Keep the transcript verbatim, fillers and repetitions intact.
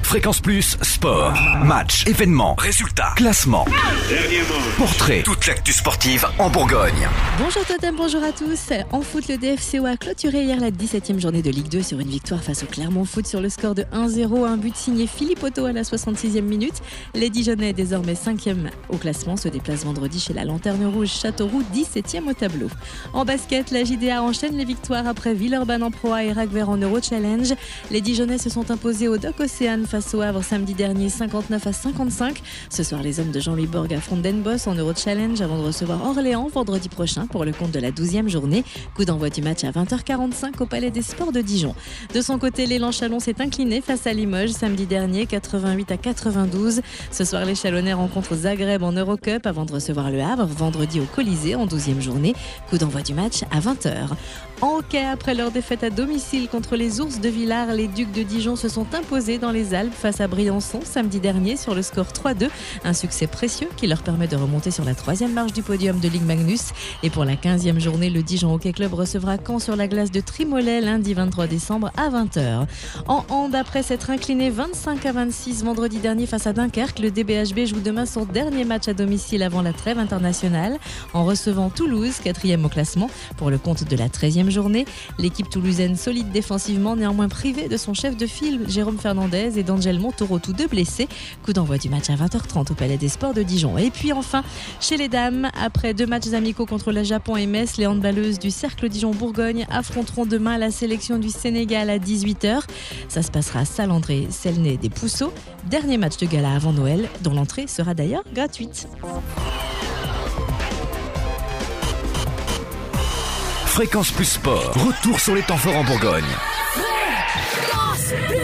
Fréquence Plus, sport, match, événements, résultats, classement, portrait, toute l'actu sportive en Bourgogne. Bonjour Totem, bonjour à tous. En foot, le D F C O a clôturé hier la dix-septième journée de Ligue deux sur une victoire face au Clermont Foot sur le score de un zéro. Un but signé Philippe Otto à la soixante-sixième minute. Les Dijonais, désormais cinquième au classement, se déplacent vendredi chez la Lanterne Rouge Châteauroux, dix-septième au tableau. En basket, la J D A enchaîne les victoires après Villeurbanne en Pro A et Ragver en Euro Challenge. Les Dijonais se sont imposés au Doc Océane face au Havre samedi dernier, cinquante-neuf à cinquante-cinq. Ce soir, les hommes de Jean-Louis Borg affrontent Den Bosch en Euro Challenge avant de recevoir Orléans vendredi prochain pour le compte de la douzième journée. Coup d'envoi du match à vingt heures quarante-cinq au Palais des Sports de Dijon. De son côté, l'élan Chalon s'est incliné face à Limoges samedi dernier, quatre-vingt-huit à quatre-vingt-douze. Ce soir, les Chalonnais rencontrent Zagreb en Eurocup avant de recevoir le Havre vendredi au Colisée en douzième journée. Coup d'envoi du match à vingt heures. En hockey, après leur défaite à domicile contre les Ours de Villars, les Ducs de Dijon se sont imposés dans les Alpes face à Briançon samedi dernier sur le score trois deux. Un succès précieux qui leur permet de remonter sur la troisième marche du podium de Ligue Magnus. Et pour la quinzième journée, le Dijon Hockey Club recevra Caen sur la glace de Trimolet lundi vingt-trois décembre à vingt heures. En hand, après s'être incliné vingt-cinq à vingt-six vendredi dernier face à Dunkerque, le D B H B joue demain son dernier match à domicile avant la trêve internationale en recevant Toulouse, quatrième au classement, pour le compte de la treizième journée. L'équipe toulousaine, solide défensivement, néanmoins privée de son chef de file Jérôme Fernandez et d'Angel Montoro, tous deux blessés. Coup d'envoi du match à vingt heures trente au Palais des Sports de Dijon. Et puis enfin, chez les dames, après deux matchs amicaux contre le Japon et Metz, les handballeuses du Cercle Dijon-Bourgogne affronteront demain la sélection du Sénégal à dix-huit heures. Ça se passera à Saint-Landré, Selnay des Pousseaux. Dernier match de gala avant Noël, dont l'entrée sera d'ailleurs gratuite. Fréquence Plus Sport, retour sur les temps forts en Bourgogne. Fréquence Plus.